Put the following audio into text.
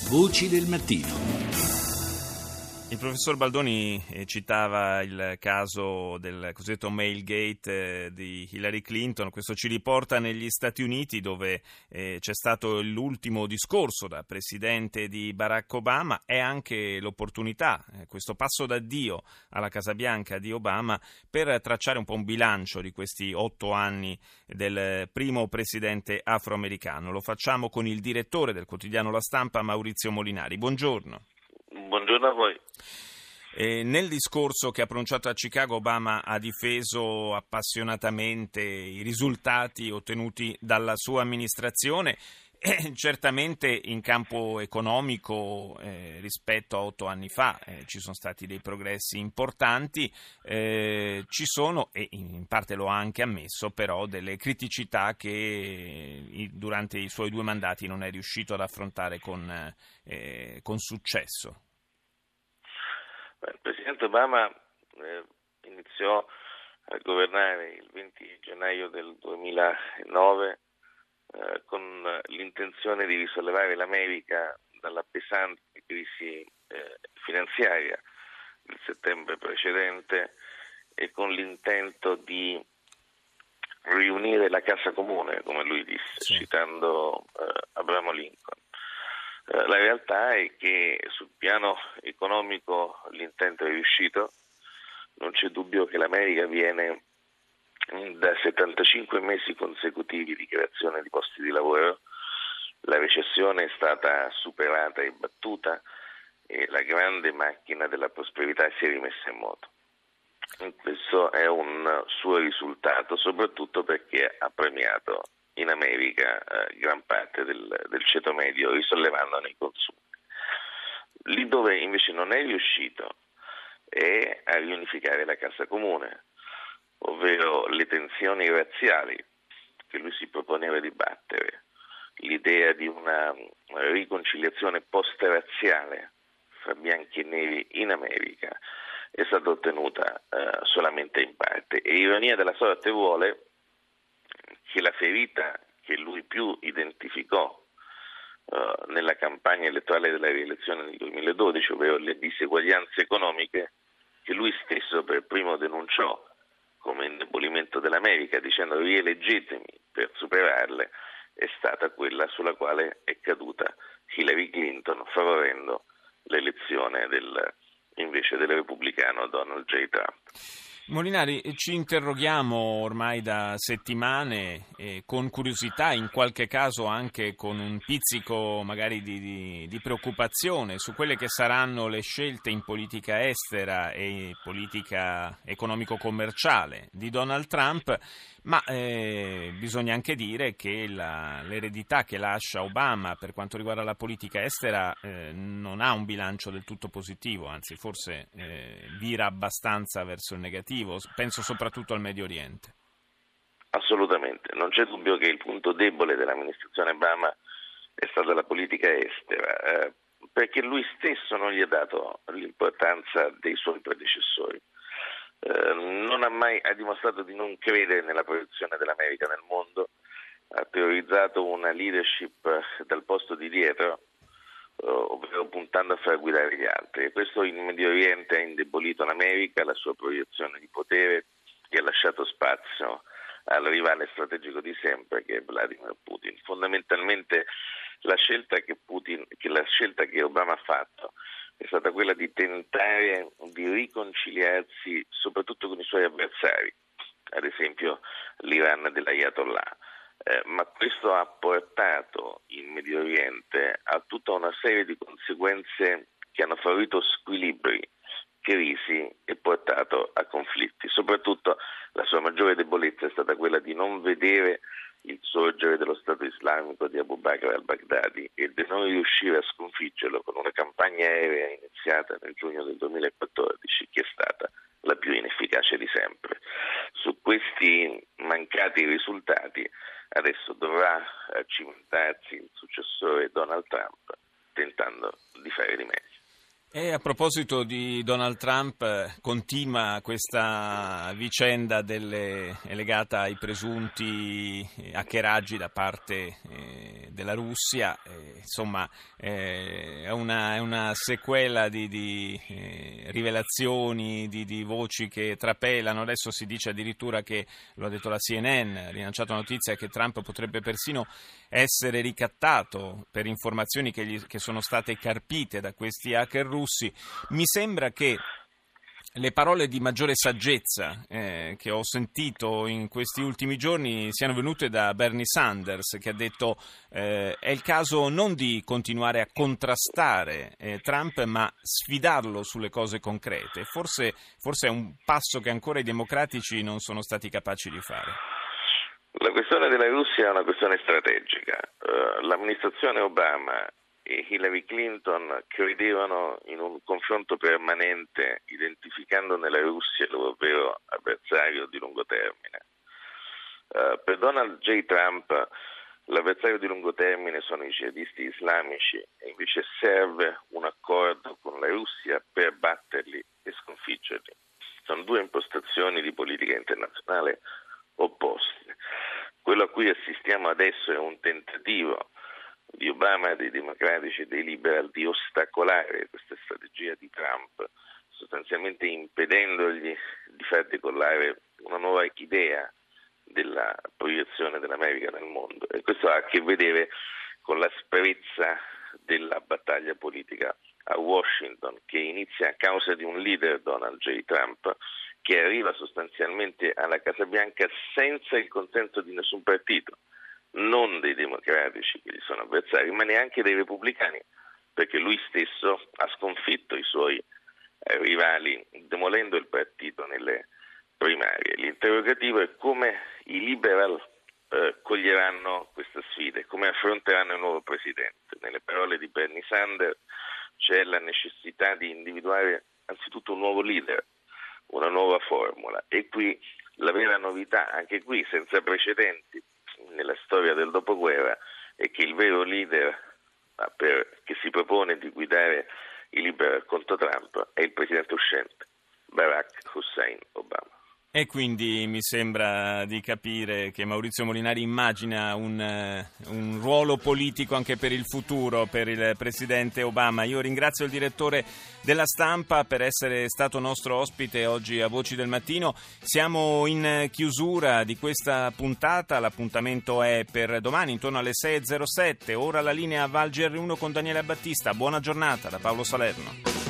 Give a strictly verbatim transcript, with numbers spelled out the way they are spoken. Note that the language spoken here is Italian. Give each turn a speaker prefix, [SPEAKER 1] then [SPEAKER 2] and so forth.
[SPEAKER 1] Voci del mattino.
[SPEAKER 2] Il professor Baldoni eh, citava il caso del cosiddetto Mailgate eh, di Hillary Clinton. Questo ci riporta negli Stati Uniti, dove eh, c'è stato l'ultimo discorso da presidente di Barack Obama. È anche l'opportunità, eh, questo passo d'addio alla Casa Bianca di Obama, per tracciare un po' un bilancio di questi otto anni del primo presidente afroamericano. Lo facciamo con il direttore del quotidiano La Stampa, Maurizio Molinari. Buongiorno.
[SPEAKER 3] Buongiorno a voi.
[SPEAKER 2] E nel discorso che ha pronunciato a Chicago, Obama ha difeso appassionatamente i risultati ottenuti dalla sua amministrazione. Eh, certamente in campo economico eh, rispetto a otto anni fa eh, ci sono stati dei progressi importanti, eh, ci sono, e in parte lo ha anche ammesso, però delle criticità che eh, durante i suoi due mandati non è riuscito ad affrontare con, eh, con successo.
[SPEAKER 3] Il presidente Obama eh, iniziò a governare il venti gennaio del duemilanove eh, con l'intenzione di risollevare l'America dalla pesante crisi eh, finanziaria del settembre precedente e con l'intento di riunire la casa comune, come lui disse, sì. citando eh, Abramo Lincoln. La realtà è che sul piano economico l'intento è riuscito, non c'è dubbio che l'America viene da settantacinque mesi consecutivi di creazione di posti di lavoro, la recessione è stata superata e battuta e la grande macchina della prosperità si è rimessa in moto. Questo è un suo risultato, soprattutto perché ha premiato in America eh, gran parte del, del ceto medio, risollevandone i consumi. Lì dove invece non è riuscito è a riunificare la casa comune, ovvero le tensioni razziali che lui si proponeva di battere, l'idea di una riconciliazione post-razziale fra bianchi e neri in America è stata ottenuta eh, solamente in parte. E ironia della sorte vuole che la ferita che lui più identificò uh, nella campagna elettorale della rielezione nel duemiladodici, ovvero le diseguaglianze economiche, che lui stesso per primo denunciò come indebolimento dell'America, dicendo rieleggetemi per superarle, è stata quella sulla quale è caduta Hillary Clinton, favorendo l'elezione del, invece del repubblicano Donald J. Trump.
[SPEAKER 2] Molinari, ci interroghiamo ormai da settimane eh, con curiosità, in qualche caso anche con un pizzico magari di, di, di preoccupazione su quelle che saranno le scelte in politica estera e politica economico-commerciale di Donald Trump, ma eh, bisogna anche dire che la, l'eredità che lascia Obama per quanto riguarda la politica estera eh, non ha un bilancio del tutto positivo, anzi forse eh, vira abbastanza verso il negativo. Penso soprattutto al Medio Oriente.
[SPEAKER 3] Assolutamente, non c'è dubbio che il punto debole dell'amministrazione Obama è stata la politica estera, eh, perché lui stesso non gli ha dato l'importanza dei suoi predecessori. Eh, non ha mai ha dimostrato di non credere nella proiezione dell'America nel mondo, ha teorizzato una leadership dal posto di dietro, ovvero puntando a far guidare gli altri, e questo in Medio Oriente ha indebolito l'America, la sua proiezione di potere, e ha lasciato spazio al rivale strategico di sempre, che è Vladimir Putin. Fondamentalmente la scelta che Putin, che la scelta che Obama ha fatto è stata quella di tentare di riconciliarsi soprattutto con i suoi avversari, ad esempio l'Iran dell'Ayatollah. Eh, ma questo ha portato in Medio Oriente a tutta una serie di conseguenze che hanno favorito squilibri, crisi e portato a conflitti. Soprattutto la sua maggiore debolezza è stata quella di non vedere il sorgere dello Stato islamico di Abu Bakr al-Baghdadi e di non riuscire a sconfiggerlo con una campagna aerea iniziata nel giugno del duemilaquattordici, che è stata la più inefficace di sempre. Su questi mancati risultati adesso dovrà cimentarsi il successore Donald Trump, tentando di fare di meglio.
[SPEAKER 2] E a proposito di Donald Trump, continua questa vicenda delle, legata ai presunti hackeraggi da parte eh, della Russia. Eh, insomma, eh, è, una, è una sequela di, di eh, rivelazioni, di, di voci che trapelano. Adesso si dice addirittura che, lo ha detto la C N N, ha rilanciato la notizia che Trump potrebbe persino essere ricattato per informazioni che, gli, che sono state carpite da questi hacker russi. Mi sembra che le parole di maggiore saggezza eh, che ho sentito in questi ultimi giorni siano venute da Bernie Sanders, che ha detto eh, è il caso non di continuare a contrastare eh, Trump, ma sfidarlo sulle cose concrete. Forse, forse è un passo che ancora i democratici non sono stati capaci di fare.
[SPEAKER 3] La questione della Russia è una questione strategica. Uh, l'amministrazione Obama e Hillary Clinton credevano in un confronto permanente, identificando nella Russia il loro vero avversario di lungo termine. Uh, per Donald J. Trump l'avversario di lungo termine sono i jihadisti islamici e invece serve un accordo con la Russia per batterli e sconfiggerli. Sono due impostazioni di politica internazionale opposte. Quello a cui assistiamo adesso è un tentativo di Obama, dei democratici e dei liberal di ostacolare questa strategia di Trump, sostanzialmente impedendogli di far decollare una nuova idea della proiezione dell'America nel mondo. E questo ha a che vedere con l'asprezza della battaglia politica a Washington, che inizia a causa di un leader, Donald J. Trump, che arriva sostanzialmente alla Casa Bianca senza il consenso di nessun partito, non dei democratici che gli sono avversari, ma neanche dei repubblicani, perché lui stesso ha sconfitto i suoi eh, rivali demolendo il partito nelle primarie. L'interrogativo è come i liberal eh, coglieranno questa sfida e come affronteranno il nuovo presidente. Nelle parole di Bernie Sanders c'è la necessità di individuare anzitutto un nuovo leader, una nuova formula, e qui la vera novità, anche qui senza precedenti nella storia del dopoguerra, è che il vero leader per, che si propone di guidare i liberal contro Trump è il presidente uscente, Barack Hussein Obama.
[SPEAKER 2] E quindi mi sembra di capire che Maurizio Molinari immagina un, un ruolo politico anche per il futuro, per il presidente Obama. Io ringrazio il direttore della Stampa per essere stato nostro ospite oggi a Voci del Mattino. Siamo in chiusura di questa puntata, l'appuntamento è per domani intorno alle sei e zero sette. Ora la linea va al G R uno con Daniele Battista. Buona giornata da Paolo Salerno.